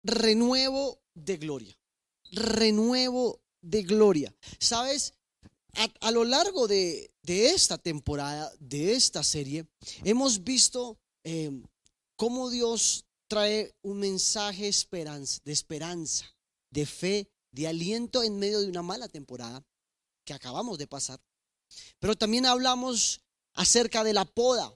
renuevo de gloria. Renuevo de gloria. ¿Sabes? A lo largo de esta temporada, de esta serie, hemos visto cómo Dios trae un mensaje de esperanza, de fe, de aliento en medio de una mala temporada que acabamos de pasar. Pero también hablamos acerca de la poda.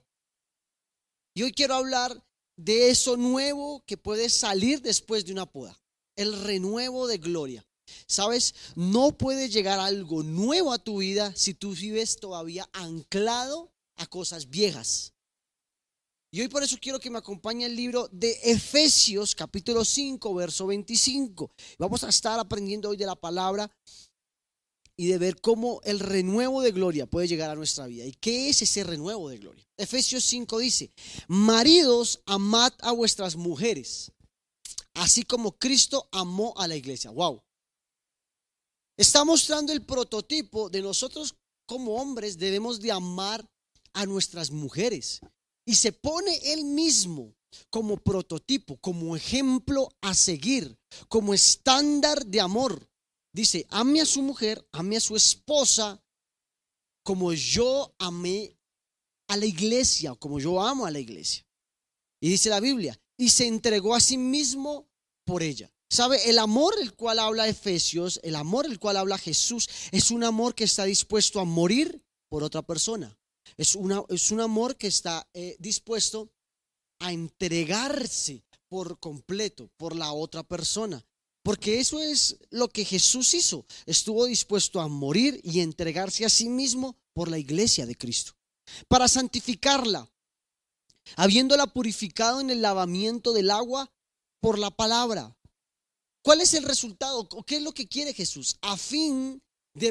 Y hoy quiero hablar de eso nuevo que puede salir después de una poda, el renuevo de gloria. ¿Sabes? No puede llegar algo nuevo a tu vida si tú vives todavía anclado a cosas viejas. Y hoy por eso quiero que me acompañe el libro de Efesios capítulo 5 verso 25. Vamos a estar aprendiendo hoy de la palabra y de ver cómo el renuevo de gloria puede llegar a nuestra vida. ¿Y qué es ese renuevo de gloria? Efesios 5 dice: maridos, amad a vuestras mujeres, así como Cristo amó a la iglesia. Wow. Está mostrando el prototipo de nosotros como hombres debemos de amar a nuestras mujeres. Y se pone él mismo como prototipo, como ejemplo a seguir, como estándar de amor. Dice: ame a su mujer, ame a su esposa, como yo amé a la iglesia, como yo amo a la iglesia. Y dice la Biblia: y se entregó a sí mismo por ella. ¿Sabe? El amor el cual habla Efesios, el amor el cual habla Jesús, es un amor que está dispuesto a morir por otra persona. Es un amor que está dispuesto a entregarse por completo por la otra persona. Porque eso es lo que Jesús hizo. Estuvo dispuesto a morir y entregarse a sí mismo por la iglesia de Cristo, para santificarla, habiéndola purificado en el lavamiento del agua por la palabra. ¿Cuál es el resultado? ¿Qué es lo que quiere Jesús? A fin de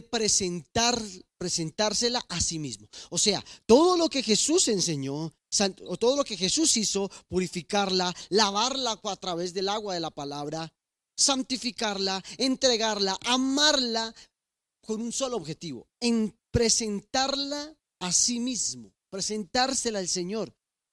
presentársela a sí mismo. O sea, todo lo que Jesús enseñó, o todo lo que Jesús hizo, purificarla, lavarla a través del agua de la palabra, santificarla, entregarla, amarla, con un solo objetivo: en presentarla a sí mismo, presentársela al Señor.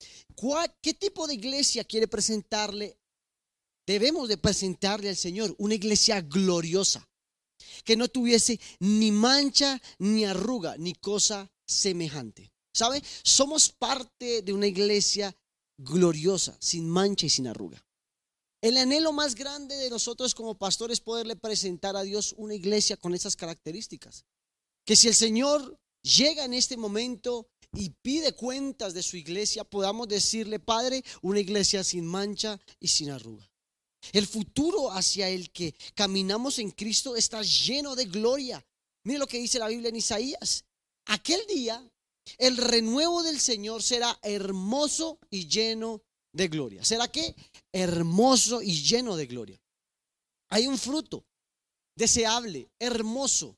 ¿Qué tipo de iglesia quiere presentarle? Debemos de presentarle al Señor una iglesia gloriosa, que no tuviese ni mancha, ni arruga, ni cosa semejante. ¿Sabe? Somos parte de una iglesia gloriosa, sin mancha y sin arruga. El anhelo más grande de nosotros como pastores es poderle presentar a Dios una iglesia con esas características. Que si el Señor llega en este momento y pide cuentas de su iglesia, podamos decirle: Padre, una iglesia sin mancha y sin arruga. El futuro hacia el que caminamos en Cristo está lleno de gloria. Mire lo que dice la Biblia en Isaías: aquel día el renuevo del Señor será hermoso y lleno de gloria. ¿Será qué? Hermoso y lleno de gloria. Hay un fruto deseable, hermoso,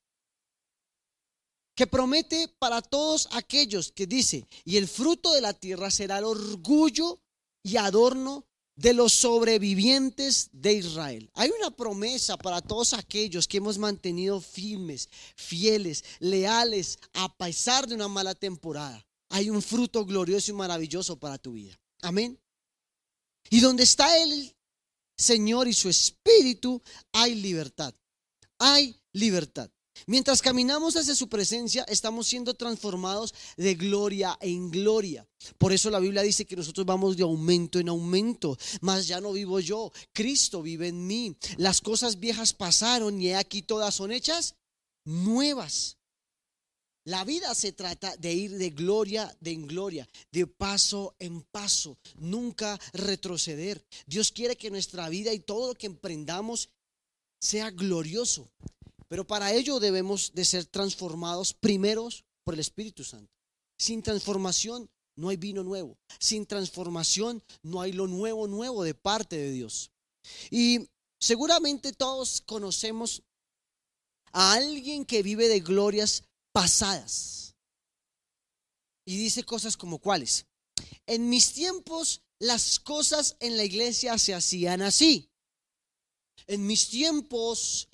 que promete para todos aquellos que dice: y el fruto de la tierra será el orgullo y adorno de los sobrevivientes de Israel. Hay una promesa para todos aquellos que hemos mantenido firmes, fieles, leales a pesar de una mala temporada. Hay un fruto glorioso y maravilloso para tu vida. Amén. Y donde está el Señor y su Espíritu, hay libertad. Hay libertad. Mientras caminamos hacia su presencia, estamos siendo transformados de gloria en gloria. Por eso la Biblia dice que nosotros vamos de aumento en aumento. Mas ya no vivo yo, Cristo vive en mí. Las cosas viejas pasaron y aquí todas son hechas nuevas. La vida se trata de ir de gloria en gloria, de paso en paso, nunca retroceder. Dios quiere que nuestra vida y todo lo que emprendamos sea glorioso. Pero para ello debemos de ser transformados primeros por el Espíritu Santo. Sin transformación no hay vino nuevo. Sin transformación no hay lo nuevo de parte de Dios. Y seguramente todos conocemos a alguien que vive de glorias pasadas. Y dice cosas como ¿cuáles? En mis tiempos las cosas en la iglesia se hacían así. En mis tiempos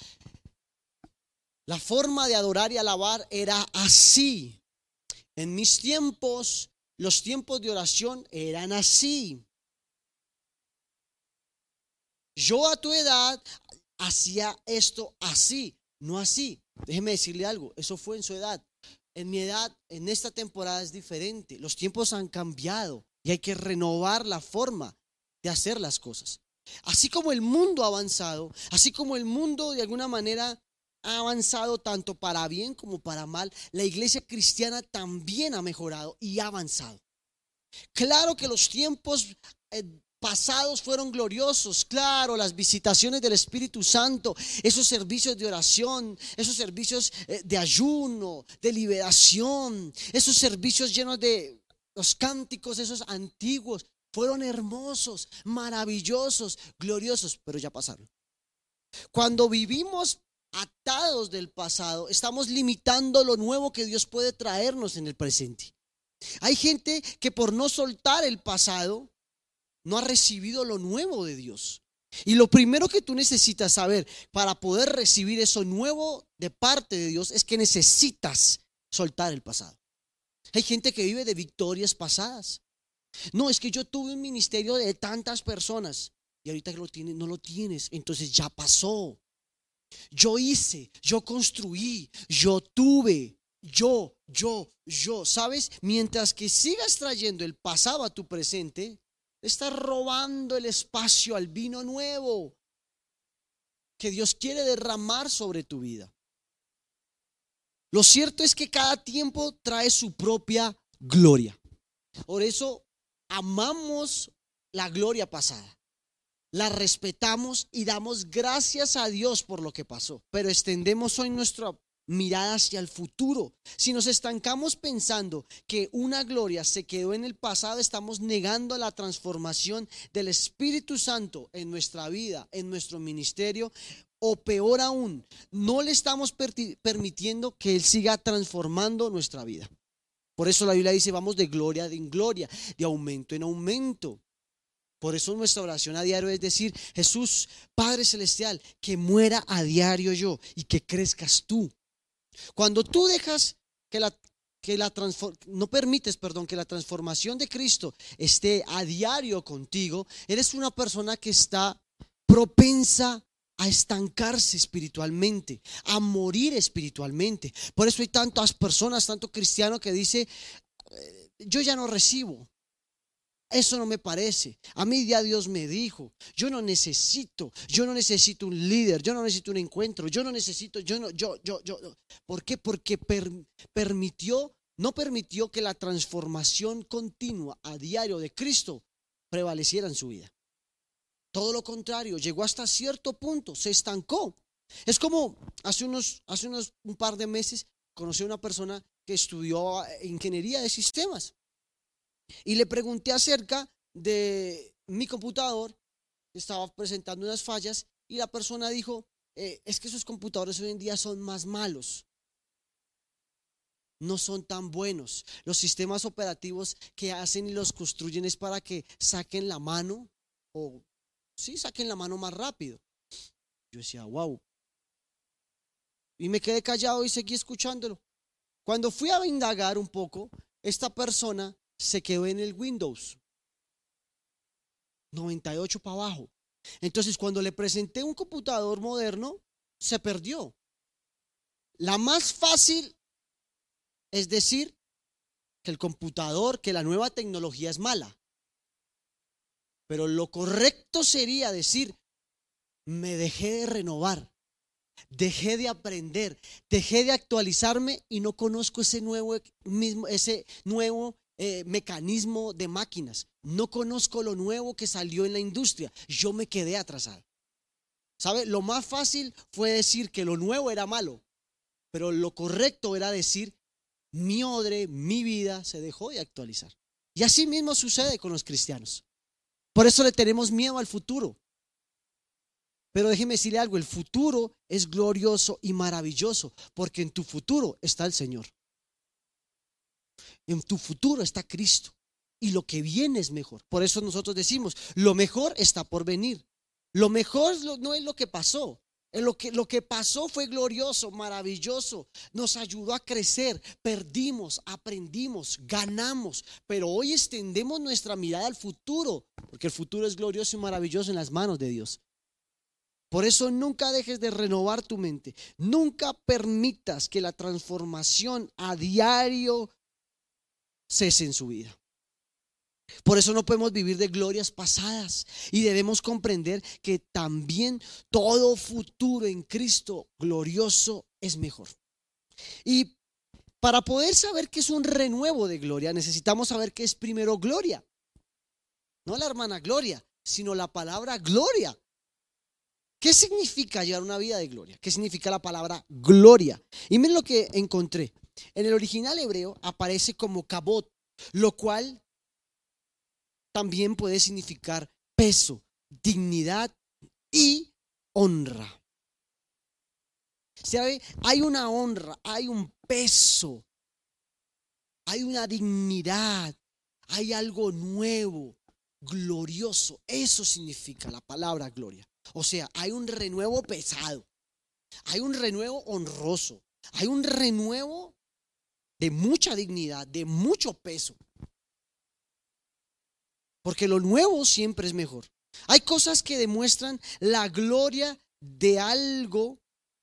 la forma de adorar y alabar era así. En mis tiempos, los tiempos de oración eran así. Yo a tu edad hacía esto así, no así. Déjeme decirle algo, eso fue en su edad. En mi edad, en esta temporada es diferente. Los tiempos han cambiado y hay que renovar la forma de hacer las cosas. Así como el mundo ha avanzado, así como el mundo de alguna manera ha avanzado tanto para bien como para mal, la iglesia cristiana también ha mejorado y ha avanzado. Claro que los tiempos pasados fueron gloriosos, claro, las visitaciones del Espíritu Santo, esos servicios de oración, esos servicios de ayuno, de liberación, esos servicios llenos de los cánticos, esos antiguos, fueron hermosos, maravillosos, gloriosos, pero ya pasaron. Cuando vivimos atados del pasado, estamos limitando lo nuevo que Dios puede traernos en el presente. Hay gente que por no soltar el pasado no ha recibido lo nuevo de Dios. Y lo primero que tú necesitas saber para poder recibir eso nuevo de parte de Dios es que necesitas soltar el pasado. Hay gente que vive de victorias pasadas. No, es que yo tuve un ministerio de tantas personas y ahorita no lo tienes, entonces ya pasó. Yo hice, yo construí, yo tuve, yo, ¿sabes? Mientras que sigas trayendo el pasado a tu presente, estás robando el espacio al vino nuevo que Dios quiere derramar sobre tu vida. Lo cierto es que cada tiempo trae su propia gloria. Por eso amamos la gloria pasada. La respetamos y damos gracias a Dios por lo que pasó. Pero extendemos hoy nuestra mirada hacia el futuro. Si nos estancamos pensando que una gloria se quedó en el pasado, estamos negando la transformación del Espíritu Santo en nuestra vida, en nuestro ministerio, o peor aún, no le estamos permitiendo que Él siga transformando nuestra vida. Por eso la Biblia dice, vamos de gloria en gloria, de aumento en aumento. Por eso nuestra oración a diario es decir, Jesús, Padre Celestial, que muera a diario yo y que crezcas tú. Cuando tú dejas no permites, que la transformación de Cristo esté a diario contigo, eres una persona que está propensa a estancarse espiritualmente, a morir espiritualmente. Por eso hay tantas personas, tanto cristianos que dice, yo ya no recibo. Eso no me parece. A mí ya Dios me dijo, yo no necesito un líder, yo no necesito un encuentro, ¿Por qué? Porque no permitió que la transformación continua a diario de Cristo prevaleciera en su vida. Todo lo contrario, llegó hasta cierto punto, se estancó. Es como un par de meses conocí a una persona que estudió ingeniería de sistemas. Y le pregunté acerca de mi computador, estaba presentando unas fallas y la persona dijo, es que esos computadores hoy en día son más malos, no son tan buenos. Los sistemas operativos que hacen y los construyen es para que saquen la mano saquen la mano más rápido. Yo decía, wow. Y me quedé callado y seguí escuchándolo. Cuando fui a indagar un poco, esta persona se quedó en el Windows 98 para abajo. Entonces cuando le presenté un computador moderno, se perdió. La más fácil es decir que que la nueva tecnología es mala. Pero lo correcto sería decir, me dejé de renovar, dejé de aprender, dejé de actualizarme y no conozco ese nuevo mecanismo de máquinas. No conozco lo nuevo que salió en la industria. Yo me quedé atrasado. ¿Sabe? Lo más fácil fue decir que lo nuevo era malo, pero lo correcto era decir, mi vida se dejó de actualizar. Y así mismo sucede con los cristianos. Por eso le tenemos miedo al futuro. Pero déjeme decirle algo, el futuro es glorioso y maravilloso, porque en tu futuro está el Señor. En tu futuro está Cristo y lo que viene es mejor. Por eso nosotros decimos, lo mejor está por venir. Lo mejor no es lo que pasó. Lo que pasó fue glorioso, maravilloso. Nos ayudó a crecer, perdimos, aprendimos, ganamos. Pero hoy extendemos nuestra mirada al futuro, porque el futuro es glorioso y maravilloso en las manos de Dios. Por eso nunca dejes de renovar tu mente. Nunca permitas que la transformación a diario cese en su vida. Por eso no podemos vivir de glorias pasadas y debemos comprender que también todo futuro en Cristo glorioso es mejor. Y para poder saber qué es un renuevo de gloria, necesitamos saber qué es primero gloria. No la hermana Gloria, sino la palabra gloria. ¿Qué significa llevar una vida de gloria? ¿Qué significa la palabra gloria? Y miren lo que encontré. En el original hebreo aparece como kabod, lo cual también puede significar peso, dignidad y honra. ¿Sabe? Hay una honra, hay un peso, hay una dignidad, hay algo nuevo, glorioso. Eso significa la palabra gloria. O sea, hay un renuevo pesado, hay un renuevo honroso, hay un renuevo de mucha dignidad, de mucho peso. Porque lo nuevo siempre es mejor. Hay cosas que demuestran la gloria de algo,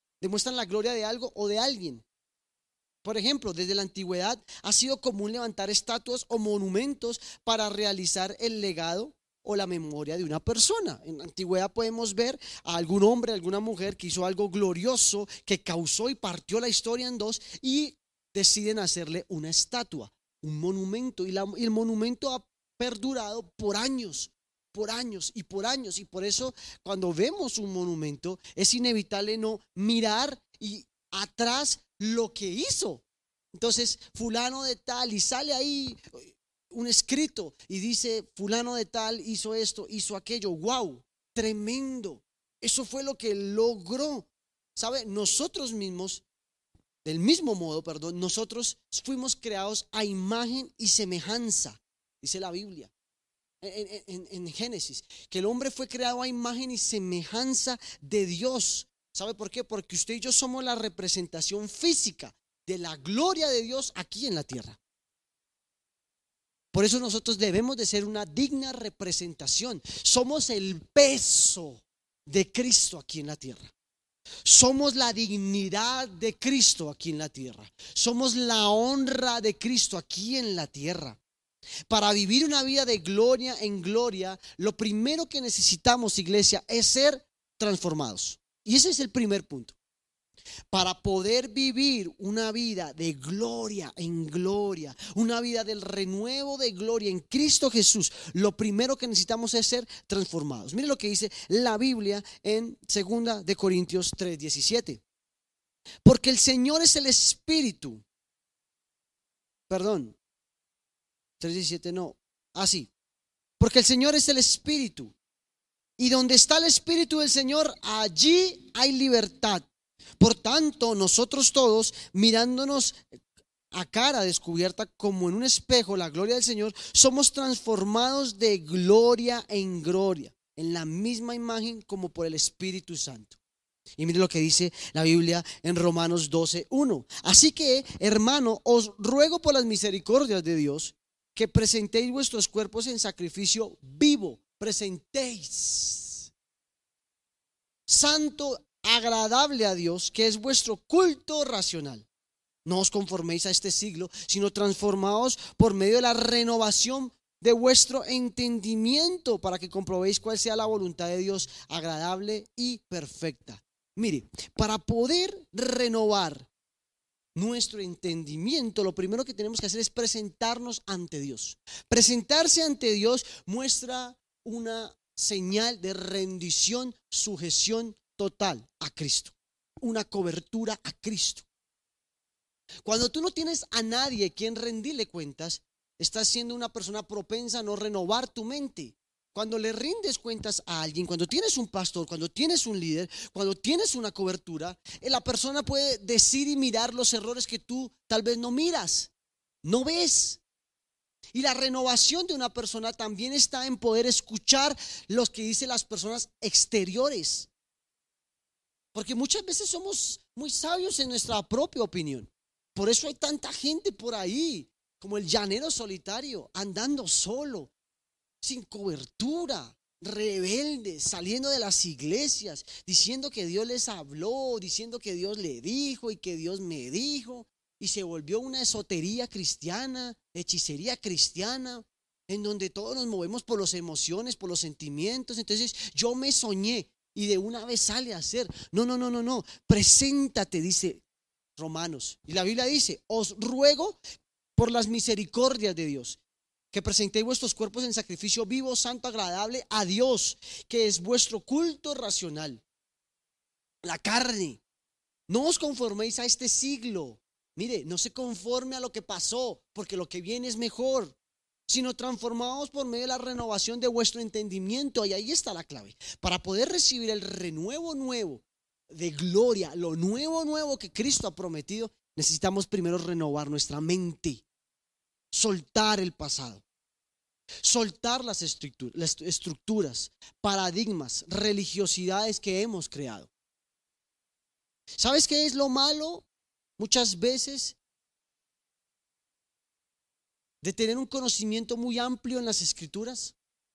o de alguien. Por ejemplo, desde la antigüedad ha sido común levantar estatuas o monumentos para realizar el legado o la memoria de una persona. En la antigüedad podemos ver a algún hombre, a alguna mujer que hizo algo glorioso, que causó y partió la historia en dos, y deciden hacerle una estatua, un monumento, y el monumento ha perdurado por años. Por años y por años. Y por eso cuando vemos un monumento es inevitable no mirar y atrás lo que hizo. Entonces fulano de tal, y sale ahí un escrito y dice fulano de tal hizo esto, hizo aquello. Wow, tremendo. Eso fue lo que logró. ¿Sabe? Nosotros mismos, del mismo modo, nosotros fuimos creados a imagen y semejanza, dice la Biblia. En Génesis, que el hombre fue creado a imagen y semejanza de Dios. ¿Sabe por qué? Porque usted y yo somos la representación física de la gloria de Dios aquí en la tierra. Por eso nosotros debemos de ser una digna representación. Somos el peso de Cristo aquí en la tierra. Somos la dignidad de Cristo aquí en la tierra. Somos la honra de Cristo aquí en la tierra. Para vivir una vida de gloria en gloria, lo primero que necesitamos, iglesia, es ser transformados. Y ese es el primer punto. Para poder vivir una vida de gloria en gloria, una vida del renuevo de gloria en Cristo Jesús, lo primero que necesitamos es ser transformados. Mire lo que dice la Biblia en 2 de Corintios 3:17. Porque el Señor es el Espíritu. 3:17 no. Así. Porque el Señor es el Espíritu. Y donde está el Espíritu del Señor, allí hay libertad. Por tanto, nosotros todos, mirándonos a cara descubierta como en un espejo la gloria del Señor, somos transformados de gloria en gloria, en la misma imagen como por el Espíritu Santo. Y mire lo que dice la Biblia en Romanos 12:1. Así que, hermano, os ruego por las misericordias de Dios que presentéis vuestros cuerpos en sacrificio vivo. Presentéis santo, agradable a Dios, que es vuestro culto racional. No os conforméis a este siglo, sino transformaos por medio de la renovación de vuestro entendimiento, para que comprobéis cuál sea la voluntad de Dios, agradable y perfecta. Mire, para poder renovar nuestro entendimiento, lo primero que tenemos que hacer es presentarnos ante Dios. Presentarse ante Dios muestra una señal de rendición, sujeción total a Cristo, una cobertura a Cristo. Cuando tú no tienes a nadie quien rendirle cuentas, estás siendo una persona propensa a no renovar tu mente. Cuando le rindes cuentas a alguien, cuando tienes un pastor, cuando tienes un líder, cuando tienes una cobertura, la persona puede decir y mirar los errores que tú tal vez no miras, no ves. Y la renovación de una persona también está en poder escuchar lo que dicen las personas exteriores. Porque muchas veces somos muy sabios en nuestra propia opinión. Por eso hay tanta gente por ahí, como el llanero solitario, andando solo, sin cobertura. rebeldes, saliendo de las iglesias, diciendo que Dios les habló, diciendo que Dios le dijo y que Dios me dijo, y se volvió una esotería cristiana, hechicería cristiana, en donde todos nos movemos por las emociones, por los sentimientos. Entonces yo me soñé y de una vez sale a hacer. No, preséntate, dice Romanos, y la Biblia dice: os ruego por las misericordias de Dios que presentéis vuestros cuerpos en sacrificio vivo, santo, agradable a Dios, que es vuestro culto racional. La carne. No os conforméis a este siglo. Mire, no se conforme a lo que pasó, porque lo que viene es mejor, sino transformaos por medio de la renovación de vuestro entendimiento. Y ahí está la clave. Para poder recibir el renuevo nuevo de gloria, lo nuevo que Cristo ha prometido, necesitamos primero renovar nuestra mente, soltar el pasado, soltar las estructuras, paradigmas, religiosidades que hemos creado. ¿Sabes qué es lo malo muchas veces de tener un conocimiento muy amplio en las escrituras?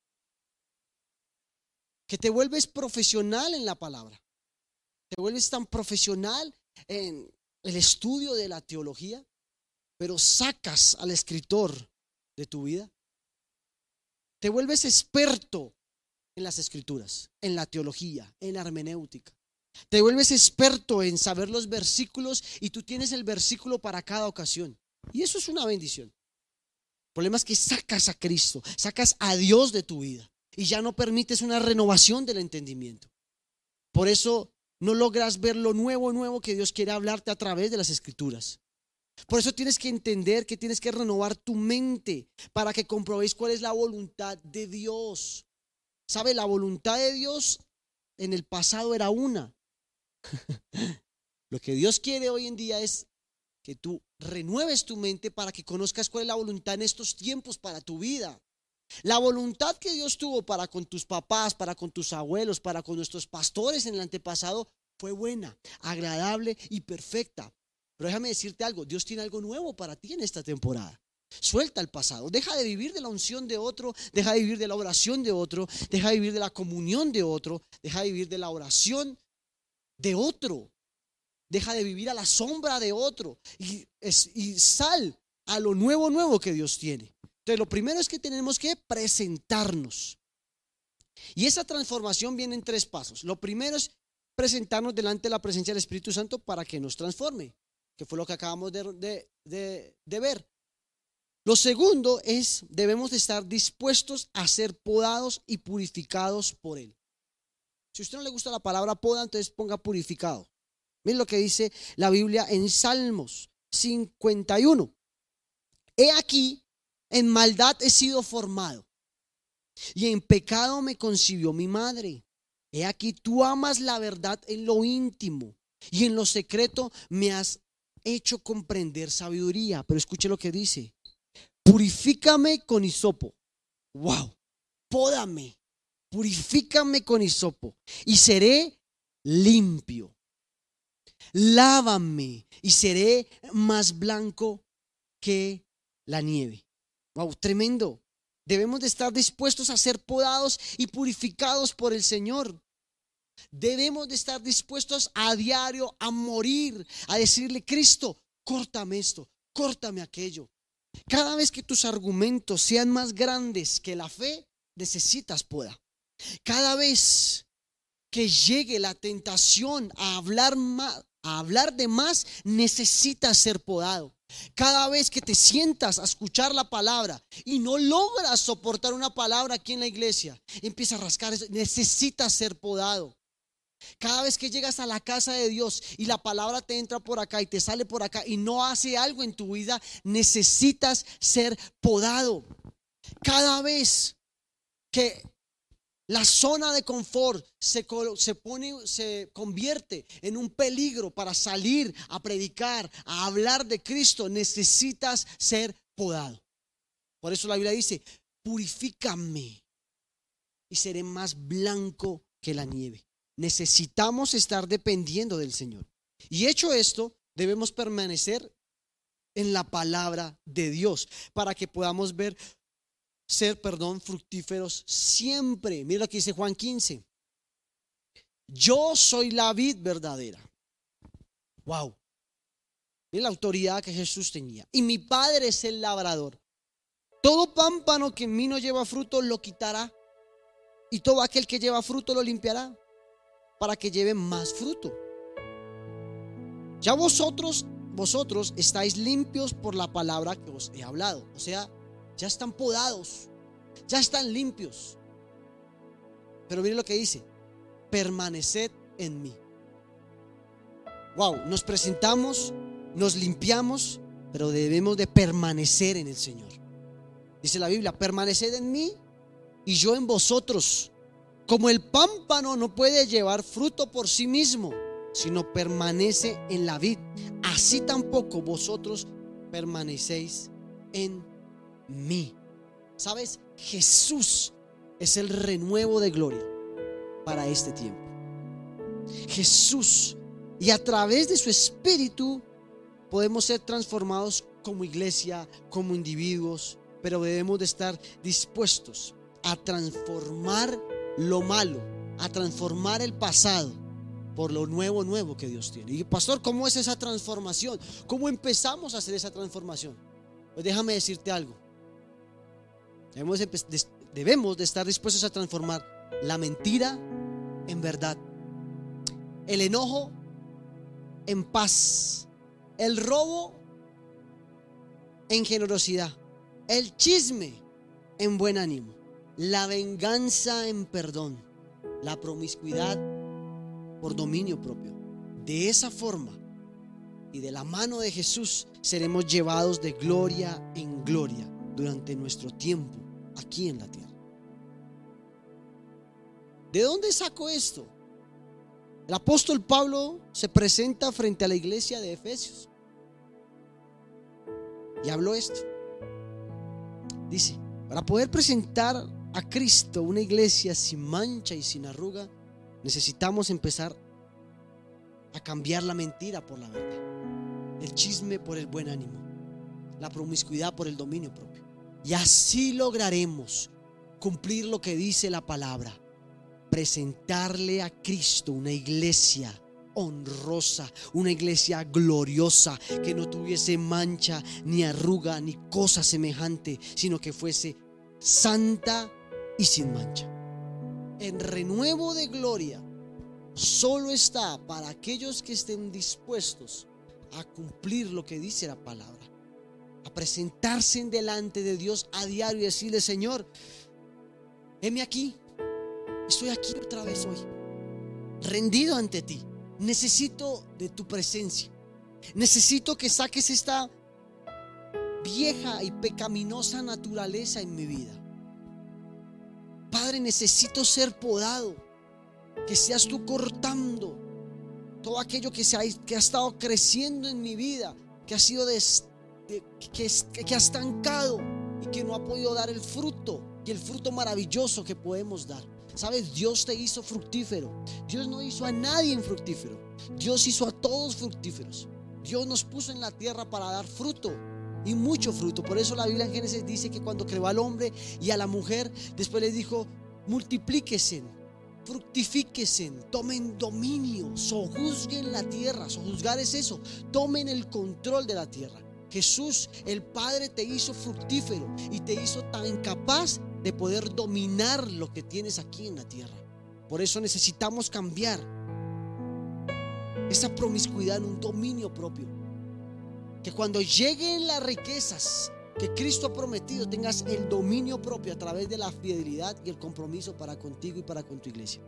Que te vuelves profesional en la palabra, te vuelves tan profesional en el estudio de la teología, pero sacas al escritor de tu vida. Te vuelves experto en las escrituras, en la teología, en la hermenéutica. Te vuelves experto en saber los versículos y tú tienes el versículo para cada ocasión. Y eso es una bendición. El problema es que sacas a Cristo, sacas a Dios de tu vida y ya no permites una renovación del entendimiento. Por eso no logras ver lo nuevo que Dios quiere hablarte a través de las escrituras. Por eso tienes que entender que tienes que renovar tu mente para que comprobéis cuál es la voluntad de Dios. ¿Sabe? La voluntad de Dios en el pasado era una. Lo que Dios quiere hoy en día es que tú renueves tu mente para que conozcas cuál es la voluntad en estos tiempos para tu vida. La voluntad que Dios tuvo para con tus papás, para con tus abuelos, para con nuestros pastores en el antepasado fue buena, agradable y perfecta. Pero déjame decirte algo, Dios tiene algo nuevo para ti en esta temporada. Suelta el pasado, deja de vivir de la unción de otro, deja de vivir de la oración de otro, deja de vivir de la comunión de otro, deja de vivir de la oración de otro, deja de vivir a la sombra de otro y sal a lo nuevo que Dios tiene. Entonces lo primero es que tenemos que presentarnos, y esa transformación viene en 3 pasos. Lo primero es presentarnos delante de la presencia del Espíritu Santo para que nos transforme, que fue lo que acabamos de ver. Lo segundo es, debemos de estar dispuestos a ser podados y purificados por Él. Si a usted no le gusta la palabra poda, entonces ponga purificado. Miren lo que dice la Biblia en Salmos 51. He aquí, en maldad he sido formado, y en pecado me concibió mi madre. He aquí, tú amas la verdad en lo íntimo, y en lo secreto me has hecho comprender sabiduría. Pero escuche lo que dice: purifícame con hisopo. Wow, pódame, purifícame con hisopo y seré limpio. Lávame y seré más blanco que la nieve. Wow, tremendo. Debemos de estar dispuestos a ser podados y purificados por el Señor. Debemos de estar dispuestos a diario a morir, a decirle: Cristo, córtame esto, córtame aquello. Cada vez que tus argumentos sean más grandes que la fe, necesitas poda. Cada vez que llegue la tentación a hablar de más, necesitas ser podado. Cada vez que te sientas a escuchar la palabra y no logras soportar una palabra aquí en la iglesia, empieza a rascar eso, necesitas ser podado. Cada vez que llegas a la casa de Dios y la palabra te entra por acá y te sale por acá y no hace algo en tu vida, necesitas ser podado. Cada vez que la zona de confort se convierte en un peligro para salir a predicar, a hablar de Cristo, necesitas ser podado. Por eso la Biblia dice: purifícame y seré más blanco que la nieve. Necesitamos estar dependiendo del Señor. Y hecho esto, debemos permanecer en la palabra de Dios para que podamos ver ser, fructíferos siempre. Mira lo que dice Juan 15. Yo soy la vid verdadera. Wow. Mira la autoridad que Jesús tenía. Y mi Padre es el labrador. Todo pámpano que en mí no lleva fruto lo quitará. Y todo aquel que lleva fruto lo limpiará, para que lleve más fruto. Ya vosotros estáis limpios por la palabra que os he hablado. O sea, ya están podados, ya están limpios. Pero miren lo que dice: permaneced en mí. Wow, nos presentamos, nos limpiamos, pero debemos de permanecer en el Señor. Dice la Biblia: permaneced en mí y yo en vosotros. Como el pámpano no puede llevar fruto por sí mismo, sino permanece en la vid, así tampoco vosotros permanecéis en mí. ¿Sabes? Jesús es el renuevo de gloria para este tiempo. Jesús, y a través de su Espíritu podemos ser transformados como iglesia, como individuos, pero debemos de estar dispuestos a transformar lo malo, a transformar el pasado por lo nuevo que Dios tiene. Y pastor, ¿cómo es esa transformación? ¿Cómo empezamos a hacer esa transformación? Pues déjame decirte algo. Debemos de estar dispuestos a transformar la mentira en verdad, el enojo en paz, el robo en generosidad, el chisme en buen ánimo, la venganza en perdón, la promiscuidad por dominio propio. De esa forma y de la mano de Jesús seremos llevados de gloria en gloria durante nuestro tiempo aquí en la tierra. ¿De dónde saco esto? El apóstol Pablo se presenta frente a la iglesia de Efesios y habló esto. Dice: para poder presentar a Cristo una iglesia sin mancha y sin arruga, necesitamos empezar a cambiar la mentira por la verdad, el chisme por el buen ánimo, la promiscuidad por el dominio propio. Y así lograremos cumplir lo que dice la palabra: presentarle a Cristo una iglesia honrosa, una iglesia gloriosa, que no tuviese mancha ni arruga ni cosa semejante, sino que fuese santa y sin mancha. El renuevo de gloria solo está para aquellos que estén dispuestos a cumplir lo que dice la palabra, a presentarse delante de Dios a diario y decirle: Señor, heme aquí, estoy aquí otra vez hoy, rendido ante ti. Necesito de tu presencia. Necesito que saques esta vieja y pecaminosa naturaleza en mi vida. Padre, necesito ser podado, que seas tú cortando todo aquello que ha estado creciendo en mi vida, que ha sido que ha estancado y que no ha podido dar el fruto, y el fruto maravilloso que podemos dar. ¿Sabes? Dios te hizo fructífero. Dios no hizo a nadie infructífero. Dios hizo a todos fructíferos. Dios nos puso en la tierra para dar fruto, y mucho fruto. Por eso la Biblia en Génesis dice que cuando creó al hombre y a la mujer, después les dijo: multiplíquense, fructifíquense, tomen dominio, sojuzguen la tierra. Sojuzgar es eso, tomen el control de la tierra. Jesús, el Padre, te hizo fructífero y te hizo tan capaz de poder dominar lo que tienes aquí en la tierra. Por eso necesitamos cambiar esa promiscuidad en un dominio propio. Que cuando lleguen las riquezas que Cristo ha prometido, tengas el dominio propio a través de la fidelidad y el compromiso para contigo y para con tu iglesia.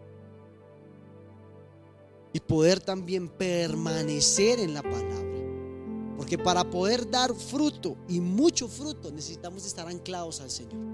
Y poder también permanecer en la palabra. Porque para poder dar fruto, y mucho fruto, necesitamos estar anclados al Señor.